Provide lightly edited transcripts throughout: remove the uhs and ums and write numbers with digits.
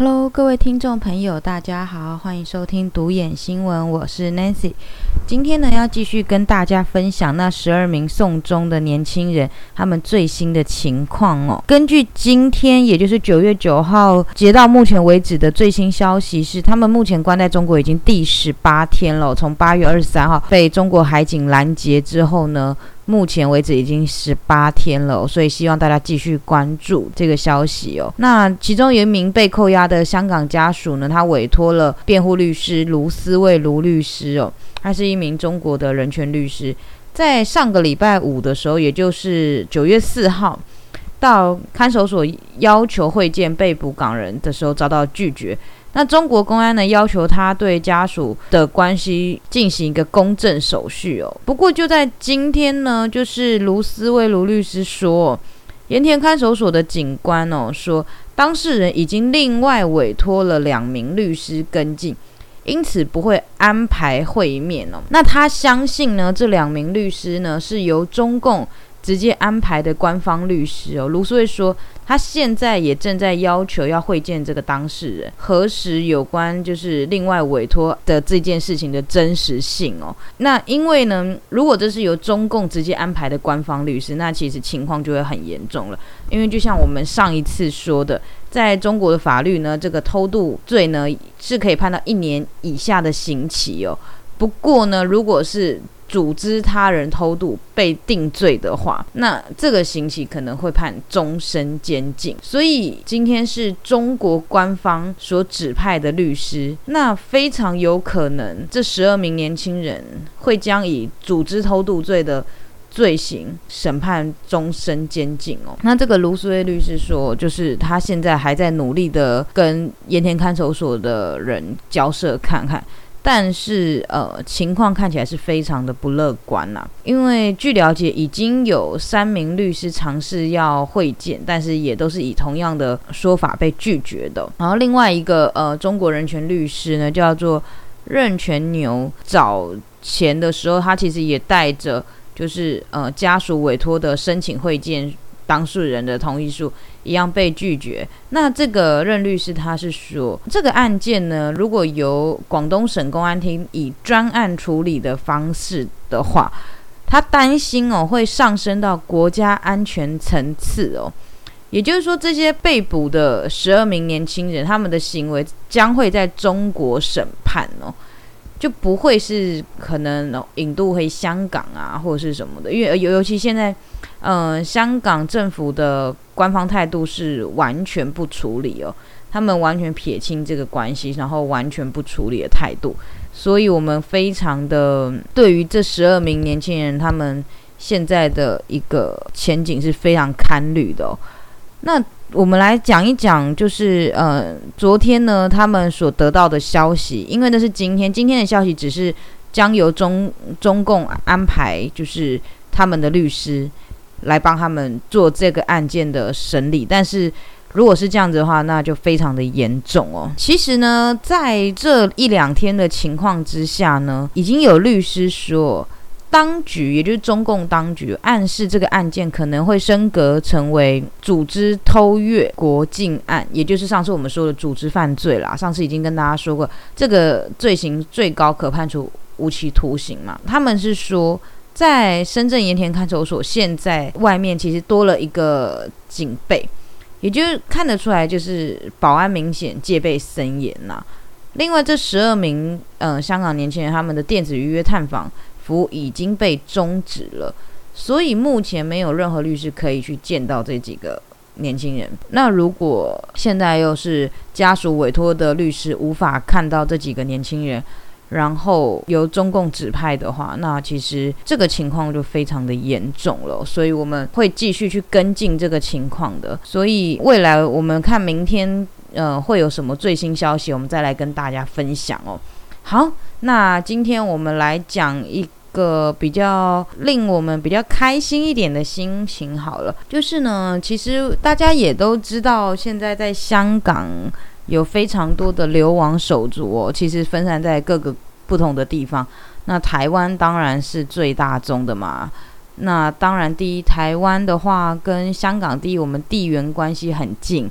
Hello， 各位听众朋友，大家好，欢迎收听独眼新闻，我是 Nancy。今天呢，要继续跟大家分享那12名送终的年轻人他们最新的情况哦。根据今天，也就是9月9号，截到目前为止的最新消息是，他们目前关在中国已经第18天了。从8月23号被中国海警拦截之后呢，目前为止已经18天了，所以希望大家继续关注这个消息哦。那其中有一名被扣押的香港家属呢，他委托了辩护律师卢思卫卢律师哦，他是一名中国的人权律师，在上个礼拜五的时候，也就是9月4号，到看守所要求会见被捕港人的时候遭到拒绝。那中国公安呢，要求他对家属的关系进行一个公证手续哦。不过就在今天呢，就是卢思卫卢律师说，盐田看守所的警官说，当事人已经另外委托了2名律师跟进，因此不会安排会面哦。那他相信呢，这2名律师呢是由中共直接安排的官方律师哦。卢思卫说，他现在也正在要求要会见这个当事人，核实有关就是另外委托的这件事情的真实性哦。那因为呢，如果这是由中共直接安排的官方律师，那其实情况就会很严重了。因为就像我们上一次说的，在中国的法律呢，这个偷渡罪呢是可以判到1年以下的刑期哦。不过呢，如果是组织他人偷渡被定罪的话，那这个刑期可能会判终身监禁。所以今天是中国官方所指派的律师，那非常有可能这12名年轻人会将以组织偷渡罪的罪行审判终身监禁哦。那这个卢思卫律师说，就是他现在还在努力的跟盐田看守所的人交涉看看，但是情况看起来是非常的不乐观啦。因为据了解，已经有3名律师尝试要会见，但是也都是以同样的说法被拒绝的。然后另外一个中国人权律师呢，叫做任全牛，早前的时候他其实也带着就是家属委托的申请会见当事人的同意书一样被拒绝。那这个任律师他是说，这个案件呢，如果由广东省公安厅以专案处理的方式的话，他担心会上升到国家安全层次哦。也就是说，这些被捕的12名年轻人，他们的行为将会在中国审判哦，就不会是可能引渡回香港啊或者是什么的。因为尤其现在香港政府的官方态度是完全不处理哦，他们完全撇清这个关系，然后完全不处理的态度。所以我们非常的对于这12名年轻人他们现在的一个前景是非常堪虑的哦。那我们来讲一讲，就是昨天呢他们所得到的消息，因为那是今天的消息，只是将由中共安排就是他们的律师来帮他们做这个案件的审理，但是如果是这样子的话，那就非常的严重哦。其实呢，在这1-2天的情况之下呢，已经有律师说，当局也就是中共当局暗示这个案件可能会升格成为组织偷越国境案，也就是上次我们说的组织犯罪啦。上次已经跟大家说过，这个罪行最高可判处无期徒刑嘛。他们是说，在深圳盐田看守所现在外面其实多了一个警备，也就是看得出来就是保安明显戒备森严啦。另外这12名香港年轻人，他们的电子预约探访服务已经被终止了，所以目前没有任何律师可以去见到这几个年轻人。那如果现在又是家属委托的律师无法看到这几个年轻人，然后由中共指派的话，那其实这个情况就非常的严重了。所以我们会继续去跟进这个情况的。所以未来我们看明天会有什么最新消息，我们再来跟大家分享哦。好，那今天我们来讲一个比较令我们比较开心一点的心情好了。就是呢，其实大家也都知道，现在在香港有非常多的流亡手足哦，其实分散在各个不同的地方。那台湾当然是最大宗的嘛。那当然第一，台湾的话跟香港第一，我们地缘关系很近。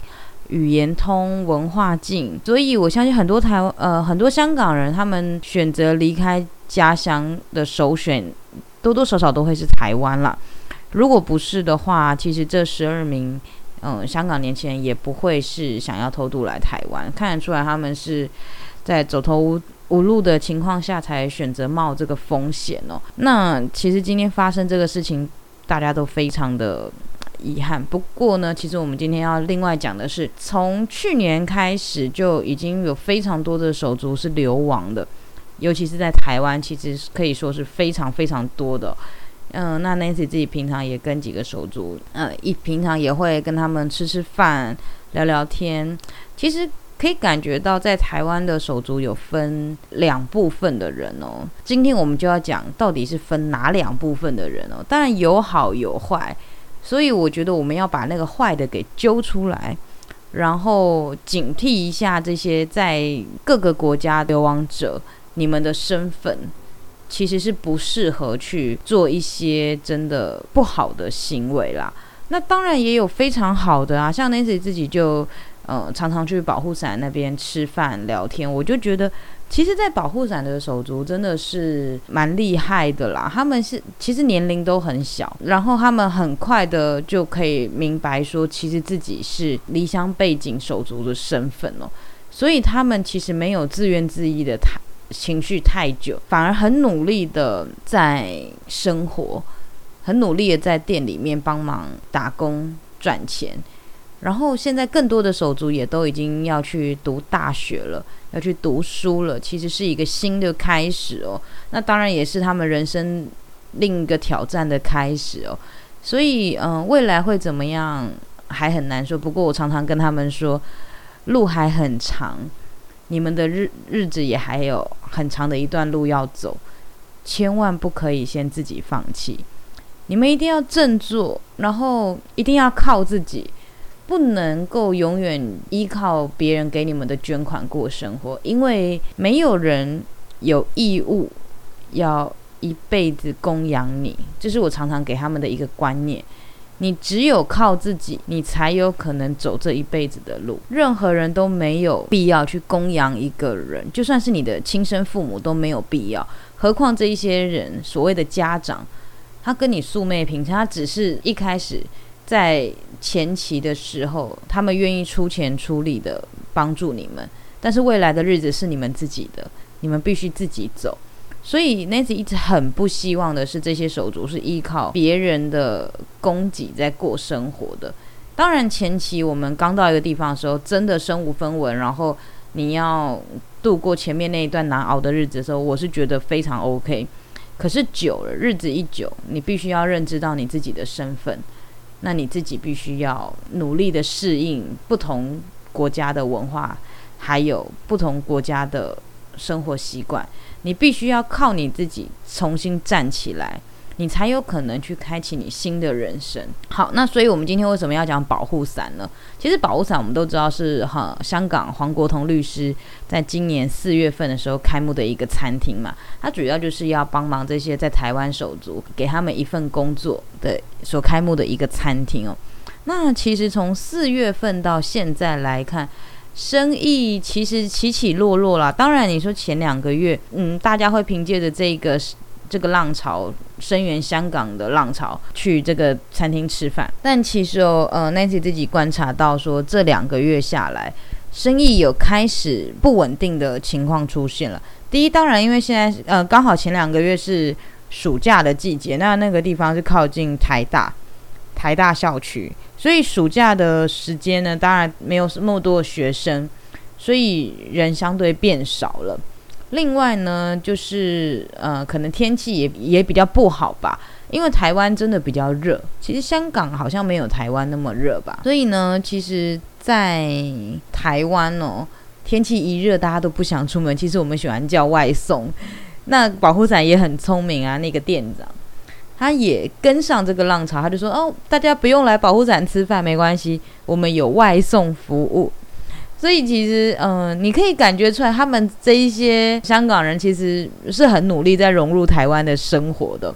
语言通，文化近，所以我相信很多很多香港人，他们选择离开家乡的首选，多多少少都会是台湾啦。如果不是的话，其实这12名香港年轻人也不会是想要偷渡来台湾，看得出来他们是在走投无路的情况下才选择冒这个风险哦。那其实今天发生这个事情，大家都非常的遗憾。不过呢，其实我们今天要另外讲的是，从去年开始就已经有非常多的手足是流亡的，尤其是在台湾，其实可以说是非常非常多的。那 Nancy 自己平常也跟几个手足，平常也会跟他们吃吃饭、聊聊天。其实可以感觉到，在台湾的手足有分2部分的人哦。今天我们就要讲到底是分哪2部分的人哦。当然有好有坏，所以我觉得我们要把那个坏的给揪出来，然后警惕一下这些在各个国家流亡者，你们的身份其实是不适合去做一些真的不好的行为啦。那当然也有非常好的啊，像 Nancy 自己就常常去保护伞那边吃饭聊天，我就觉得其实在保护伞的手足真的是蛮厉害的啦。他们是其实年龄都很小，然后他们很快的就可以明白说其实自己是离乡背景手足的身份哦，所以他们其实没有自怨自艾的情绪太久，反而很努力的在生活，很努力的在店里面帮忙打工赚钱。然后现在更多的手足也都已经要去读大学了，要去读书了，其实是一个新的开始哦。那当然也是他们人生另一个挑战的开始哦。所以未来会怎么样还很难说，不过我常常跟他们说，路还很长，你们的日子也还有很长的一段路要走，千万不可以先自己放弃。你们一定要振作，然后一定要靠自己，不能够永远依靠别人给你们的捐款过生活，因为没有人有义务要一辈子供养你，这是我常常给他们的一个观念。你只有靠自己，你才有可能走这一辈子的路。任何人都没有必要去供养一个人，就算是你的亲生父母都没有必要，何况这一些人所谓的家长，他跟你素昧平生，他只是一开始在前期的时候，他们愿意出钱出力的帮助你们，但是未来的日子是你们自己的，你们必须自己走。所以 Nancy 一直很不希望的是这些手足是依靠别人的供给在过生活的。当然前期我们刚到一个地方的时候，真的身无分文，然后你要度过前面那一段难熬的日子的时候，我是觉得非常 OK。 可是久了，日子一久，你必须要认知到你自己的身份，那你自己必须要努力的适应不同国家的文化，还有不同国家的生活习惯，你必须要靠你自己重新站起来，你才有可能去开启你新的人生。好，那所以我们今天为什么要讲保护伞呢？其实保护伞我们都知道是香港黄国同律师在今年4月份的时候开幕的一个餐厅嘛，它主要就是要帮忙这些在台湾手足，给他们一份工作的所开幕的一个餐厅哦。那其实从4月份到现在来看，生意其实起起落落啦。当然你说前2个月大家会凭借着这个浪潮，声援香港的浪潮去这个餐厅吃饭，但其实Nancy 自己观察到说，这2个月下来，生意有开始不稳定的情况出现了。第一，当然因为现在刚好前2个月是暑假的季节，那个地方是靠近台大校区，所以暑假的时间呢，当然没有那么多的学生，所以人相对变少了。另外呢，就是可能天气也比较不好吧，因为台湾真的比较热，其实香港好像没有台湾那么热吧。所以呢，其实在台湾天气一热，大家都不想出门，其实我们喜欢叫外送。那保护伞也很聪明啊，那个店长他也跟上这个浪潮，他就说大家不用来保护伞吃饭，没关系，我们有外送服务。所以其实你可以感觉出来，他们这一些香港人其实是很努力在融入台湾的生活的。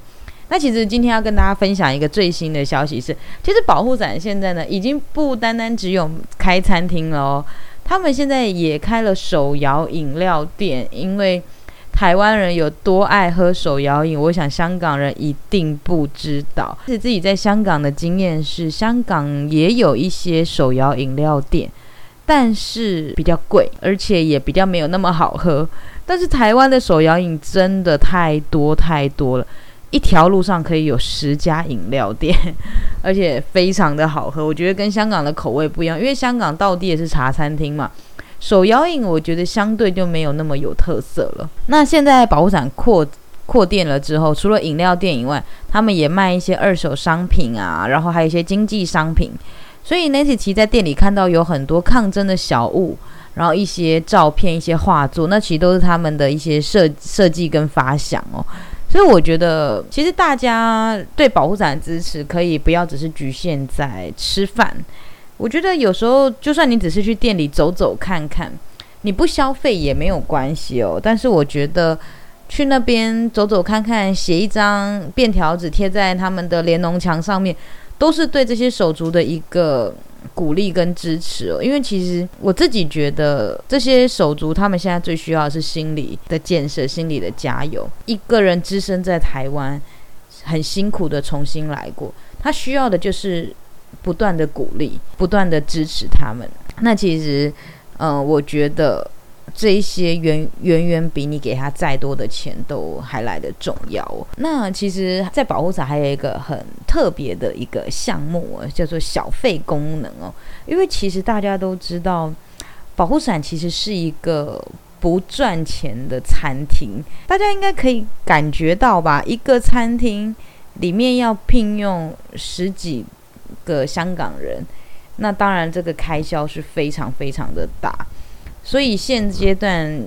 那其实今天要跟大家分享一个最新的消息是，其实保护伞现在呢已经不单单只有开餐厅了哦，他们现在也开了手摇饮料店。因为台湾人有多爱喝手摇饮，我想香港人一定不知道。自己在香港的经验是，香港也有一些手摇饮料店，但是比较贵，而且也比较没有那么好喝。但是台湾的手摇饮真的太多了，一条路上可以有10家饮料店，而且非常的好喝。我觉得跟香港的口味不一样，因为香港到底也是茶餐厅嘛，手摇饮我觉得相对就没有那么有特色了。那现在保护伞扩店了之后，除了饮料店以外，他们也卖一些二手商品啊，然后还有一些经济商品。所以 Nancy 其实在店里看到有很多抗争的小物，然后一些照片、一些画作，那其实都是他们的一些设计跟发想哦。所以我觉得，其实大家对保护伞的支持可以不要只是局限在吃饭。我觉得有时候，就算你只是去店里走走看看，你不消费也没有关系哦。但是我觉得去那边走走看看，写一张便条纸贴在他们的联农墙上面，都是对这些手足的一个鼓励跟支持哦。因为其实我自己觉得，这些手足他们现在最需要的是心理的建设，心理的加油。一个人只身在台湾，很辛苦的重新来过，他需要的就是不断的鼓励，不断的支持他们。那其实我觉得这一些远比你给他再多的钱都还来得重要哦。那其实在保护伞还有一个很特别的一个项目哦，叫做小费功能哦。因为其实大家都知道，保护伞其实是一个不赚钱的餐厅，大家应该可以感觉到吧，一个餐厅里面要聘用10几个香港人，那当然这个开销是非常非常的大。所以现阶段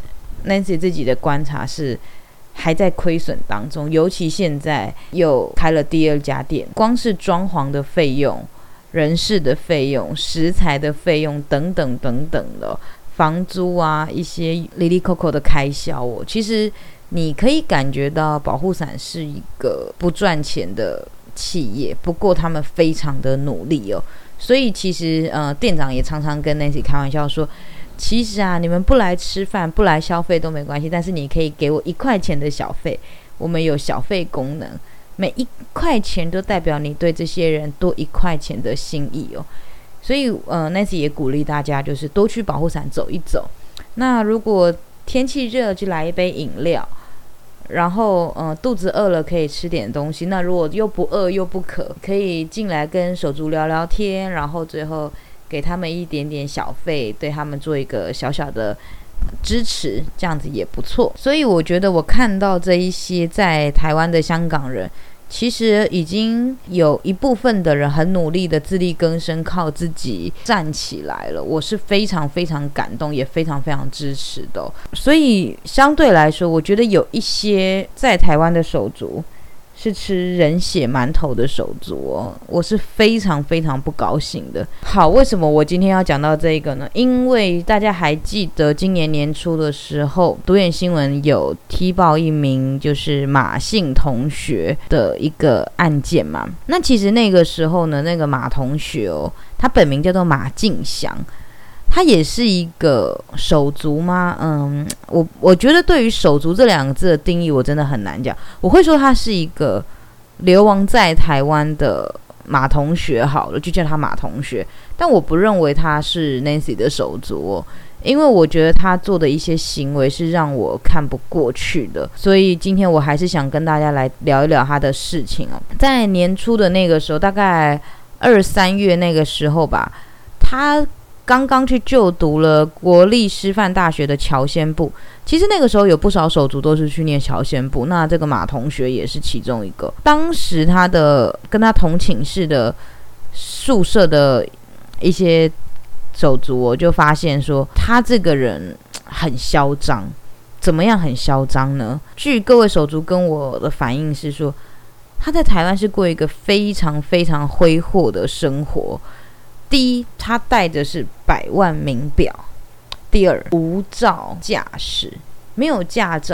Nancy 自己的观察是还在亏损当中，尤其现在又开了第2家店，光是装潢的费用、人事的费用、食材的费用等等等等的房租啊，一些哩哩扣扣的开销哦，其实你可以感觉到保护伞是一个不赚钱的企业，不过他们非常的努力哦。所以其实店长也常常跟 Nancy 开玩笑说，其实啊，你们不来吃饭、不来消费都没关系，但是你可以给我1块钱的小费，我们有小费功能，每1块钱都代表你对这些人多1块钱的心意哦。所以Nancy 也鼓励大家就是多去保护伞走一走。那如果天气热就来一杯饮料，然后肚子饿了可以吃点东西，那如果又不饿又不渴，可以进来跟手足聊聊天，然后最后给他们一点点小费，对他们做一个小小的支持，这样子也不错。所以我觉得我看到这一些在台湾的香港人，其实已经有一部分的人很努力的自力更生，靠自己站起来了，我是非常非常感动，也非常非常支持的哦。所以相对来说，我觉得有一些在台湾的手足是吃人血馒头的手足哦，我是非常非常不高兴的。好，为什么我今天要讲到这个呢？因为大家还记得今年年初的时候，独眼新闻有踢爆一名就是马姓同学的一个案件嘛。那其实那个时候呢，那个马同学哦，他本名叫做马敬祥，他也是一个手足吗？我觉得对于手足这2个字的定义，我真的很难讲。我会说他是一个流亡在台湾的马同学好了，就叫他马同学。但我不认为他是 Nancy 的手足哦，因为我觉得他做的一些行为是让我看不过去的。所以今天我还是想跟大家来聊一聊他的事情哦。在年初的那个时候，大概2、3月那个时候吧，他刚刚去就读了国立师范大学的侨先部。其实那个时候有不少手足都是去念侨先部，那这个马同学也是其中一个。当时他的跟他同寝室的宿舍的一些手足，我就发现说他这个人很嚣张。怎么样很嚣张呢？据各位手足跟我的反应是说，他在台湾是过一个非常非常挥霍的生活。第一，他戴的是100万名表；第二，无照驾驶，没有驾照，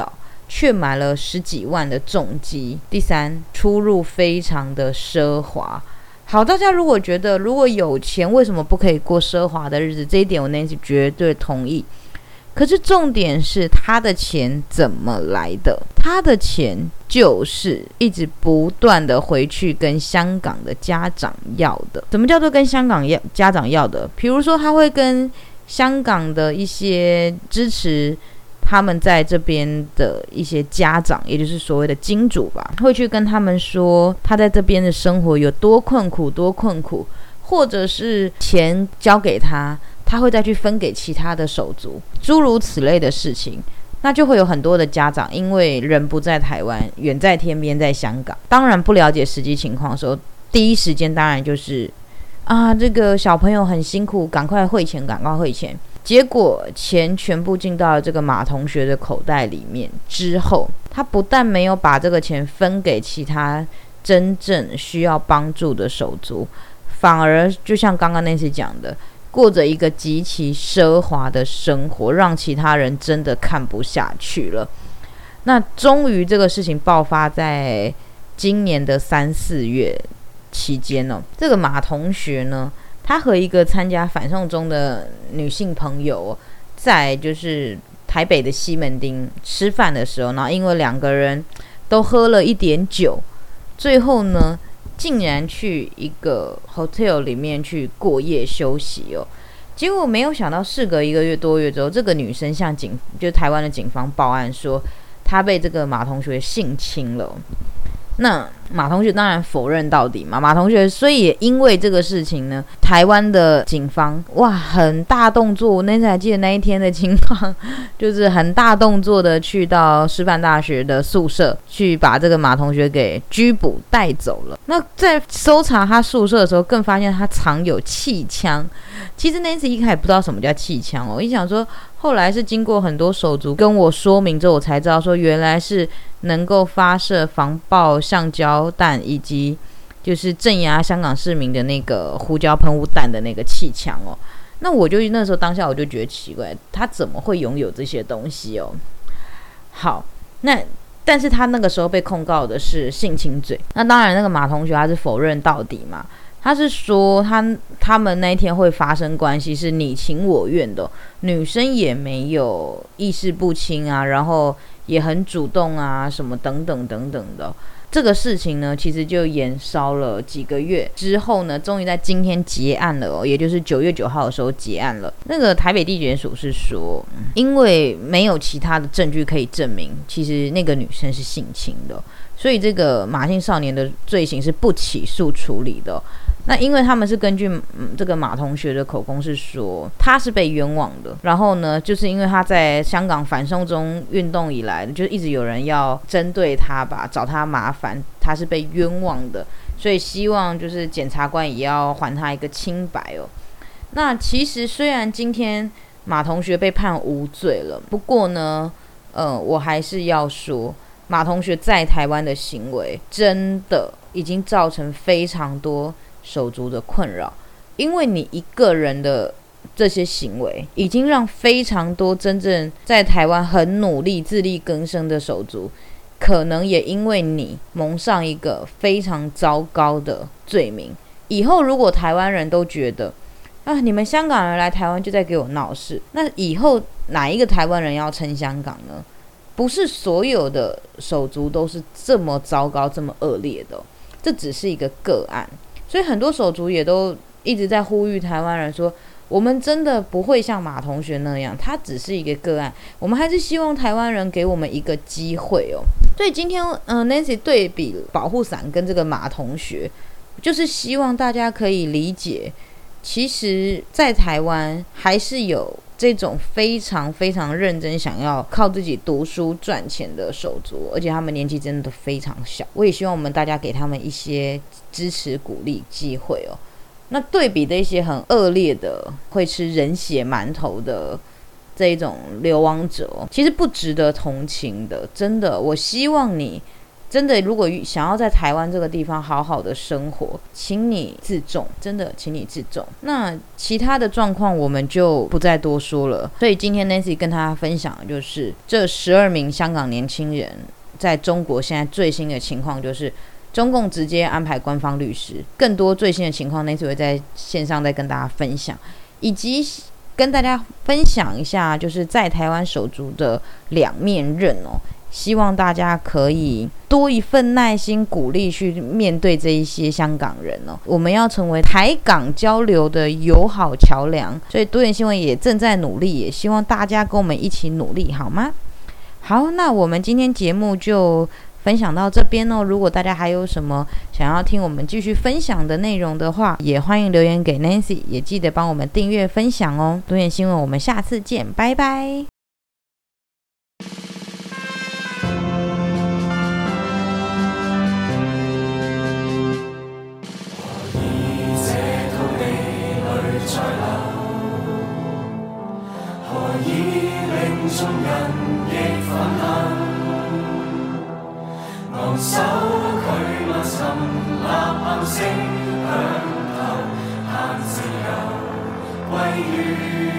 却买了10几万的重机。第三，出入非常的奢华。好，大家如果觉得如果有钱为什么不可以过奢华的日子，这一点我 Nancy 绝对同意。可是重点是他的钱怎么来的？他的钱就是一直不断的回去跟香港的家长要的。什么叫做跟香港家长要的？比如说他会跟香港的一些支持他们在这边的一些家长，也就是所谓的金主吧，会去跟他们说他在这边的生活有多困苦多困苦，或者是钱交给他，他会再去分给其他的手足，诸如此类的事情。那就会有很多的家长因为人不在台湾，远在天边，在香港，当然不了解实际情况的时候，第一时间当然就是这个小朋友很辛苦，赶快汇钱，赶快汇钱。结果钱全部进到了这个马同学的口袋里面之后，他不但没有把这个钱分给其他真正需要帮助的手足，反而就像刚刚那次讲的，过着一个极其奢华的生活，让其他人真的看不下去了。那终于这个事情爆发在今年的3、4月期间哦。这个马同学呢，他和一个参加反送中的女性朋友在就是台北的西门町吃饭的时候，然后因为2个人都喝了一点酒，最后呢竟然去一个 hotel 里面去过夜休息哦。结果没有想到事隔1个月多月之后，这个女生向就是台湾的警方报案说她被这个马同学性侵了。那马同学当然否认到底嘛。马同学所以也因为这个事情呢，台湾的警方很大动作，我那次还记得那一天的情况，就是很大动作的去到师范大学的宿舍，去把这个马同学给拘捕带走了。那在搜查他宿舍的时候，更发现他藏有气枪。其实 Nancy 一开始不知道什么叫气枪我一想说，后来是经过很多手足跟我说明之后，我才知道说原来是能够发射防爆橡胶弹以及就是镇压香港市民的那个胡椒喷雾弹的那个气枪哦。那我就那时候当下我就觉得奇怪，他怎么会拥有这些东西哦？好，但是他那个时候被控告的是性侵罪。那当然那个马同学他是否认到底嘛，他是说他们那一天会发生关系是你情我愿的，女生也没有意识不清啊，然后也很主动啊，什么等等等等的。这个事情呢，其实就延烧了几个月之后呢，终于在今天结案了也就是9月9号的时候结案了。那个台北地检署是说，因为没有其他的证据可以证明其实那个女生是性侵的，所以这个马姓少年的罪行是不起诉处理的。那因为他们是根据这个马同学的口供是说他是被冤枉的，然后呢就是因为他在香港反送中运动以来就一直有人要针对他吧，找他麻烦，他是被冤枉的，所以希望就是检察官也要还他一个清白哦。那其实虽然今天马同学被判无罪了，不过呢我还是要说马同学在台湾的行为真的已经造成非常多手足的困扰，因为你一个人的这些行为已经让非常多真正在台湾很努力自力更生的手足，可能也因为你蒙上一个非常糟糕的罪名。以后如果台湾人都觉得你们香港人来台湾就在给我闹事，那以后哪一个台湾人要撑香港呢？不是所有的手足都是这么糟糕这么恶劣的这只是一个个案。所以很多手足也都一直在呼吁台湾人说，我们真的不会像马同学那样，他只是一个个案，我们还是希望台湾人给我们一个机会哦。所以今天Nancy 对比保护伞跟这个马同学，就是希望大家可以理解，其实在台湾还是有这种非常非常认真想要靠自己读书赚钱的手足，而且他们年纪真的非常小。我也希望我们大家给他们一些支持鼓励机会哦。那对比的一些很恶劣的会吃人血馒头的这一种流亡者其实不值得同情的，真的。我希望你真的，如果想要在台湾这个地方好好的生活，请你自重，真的，请你自重。那其他的状况我们就不再多说了。所以今天 Nancy 跟大家分享的就是这12名香港年轻人在中国现在最新的情况，就是中共直接安排官方律师。更多最新的情况 Nancy 会在线上再跟大家分享，以及跟大家分享一下就是在台湾手足的两面刃哦。希望大家可以多一份耐心，鼓励去面对这一些香港人哦。我们要成为台港交流的友好桥梁，所以独眼新闻也正在努力，也希望大家跟我们一起努力，好吗？好，那我们今天节目就分享到这边哦。如果大家还有什么想要听我们继续分享的内容的话，也欢迎留言给 Nancy， 也记得帮我们订阅分享哦。独眼新闻，我们下次见，拜拜。 眾人亦反恨，昂首拒罵沉吶喊聲響透，盼自由歸於